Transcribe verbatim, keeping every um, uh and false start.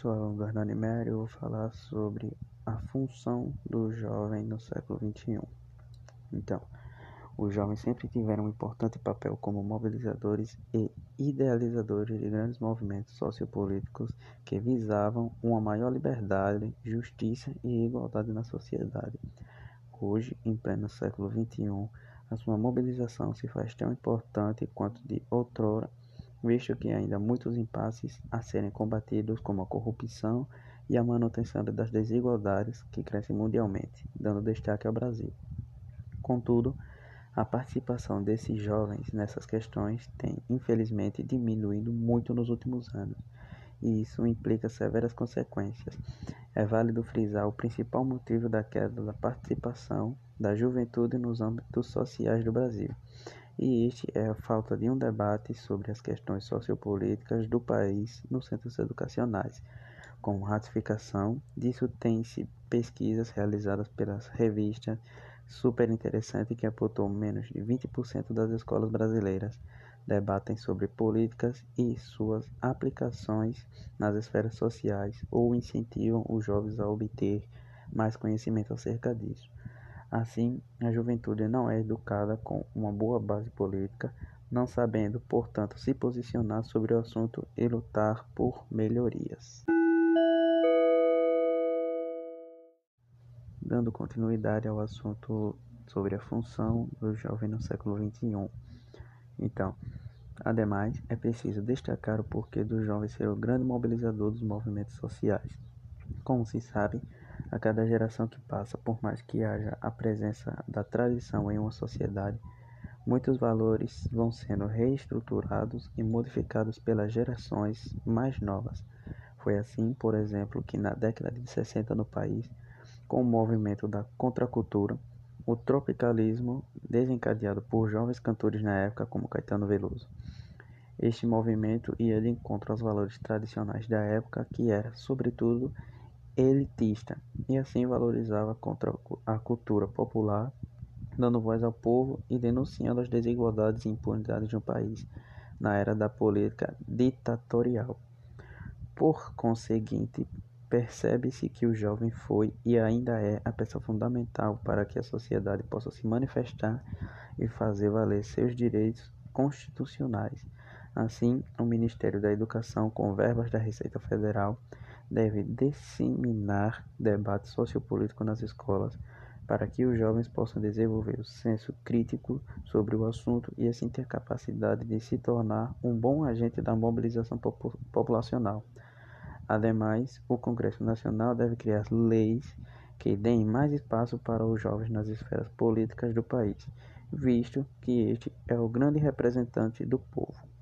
Sou Alan Gardani Mério e vou falar sobre a função do jovem no século vinte e um. Então, os jovens sempre tiveram um importante papel como mobilizadores e idealizadores de grandes movimentos sociopolíticos que visavam uma maior liberdade, justiça e igualdade na sociedade. Hoje, em pleno século vinte e um, a sua mobilização se faz tão importante quanto de outrora, visto que ainda há muitos impasses a serem combatidos, como a corrupção e a manutenção das desigualdades que crescem mundialmente, dando destaque ao Brasil. Contudo, a participação desses jovens nessas questões tem, infelizmente, diminuído muito nos últimos anos, e isso implica severas consequências. É válido frisar o principal motivo da queda da participação da juventude nos âmbitos sociais do Brasil, e este é a falta de um debate sobre as questões sociopolíticas do país nos centros educacionais. Com ratificação disso, tem-se pesquisas realizadas pelas revistas Super Interessante, que apontou menos de vinte por cento das escolas brasileiras debatem sobre políticas e suas aplicações nas esferas sociais ou incentivam os jovens a obter mais conhecimento acerca disso. Assim, a juventude não é educada com uma boa base política, não sabendo, portanto, se posicionar sobre o assunto e lutar por melhorias. Dando continuidade ao assunto sobre a função do jovem no século vinte e um. Então, ademais, é preciso destacar o porquê do jovem ser o grande mobilizador dos movimentos sociais. Como se sabe, a cada geração que passa, por mais que haja a presença da tradição em uma sociedade, muitos valores vão sendo reestruturados e modificados pelas gerações mais novas. Foi assim, por exemplo, que na década de sessenta no país, com o movimento da contracultura, o tropicalismo desencadeado por jovens cantores na época como Caetano Veloso. Este movimento ia de encontro aos valores tradicionais da época, que era, sobretudo, elitista, e assim valorizava contra a cultura popular, dando voz ao povo e denunciando as desigualdades e impunidades de um país na era da política ditatorial. Por conseguinte, percebe-se que o jovem foi e ainda é a peça fundamental para que a sociedade possa se manifestar e fazer valer seus direitos constitucionais. Assim, o Ministério da Educação, com verbas da Receita Federal, deve disseminar debate sociopolítico nas escolas para que os jovens possam desenvolver o senso crítico sobre o assunto e assim ter capacidade de se tornar um bom agente da mobilização populacional. Ademais, o Congresso Nacional deve criar leis que deem mais espaço para os jovens nas esferas políticas do país, visto que este é o grande representante do povo.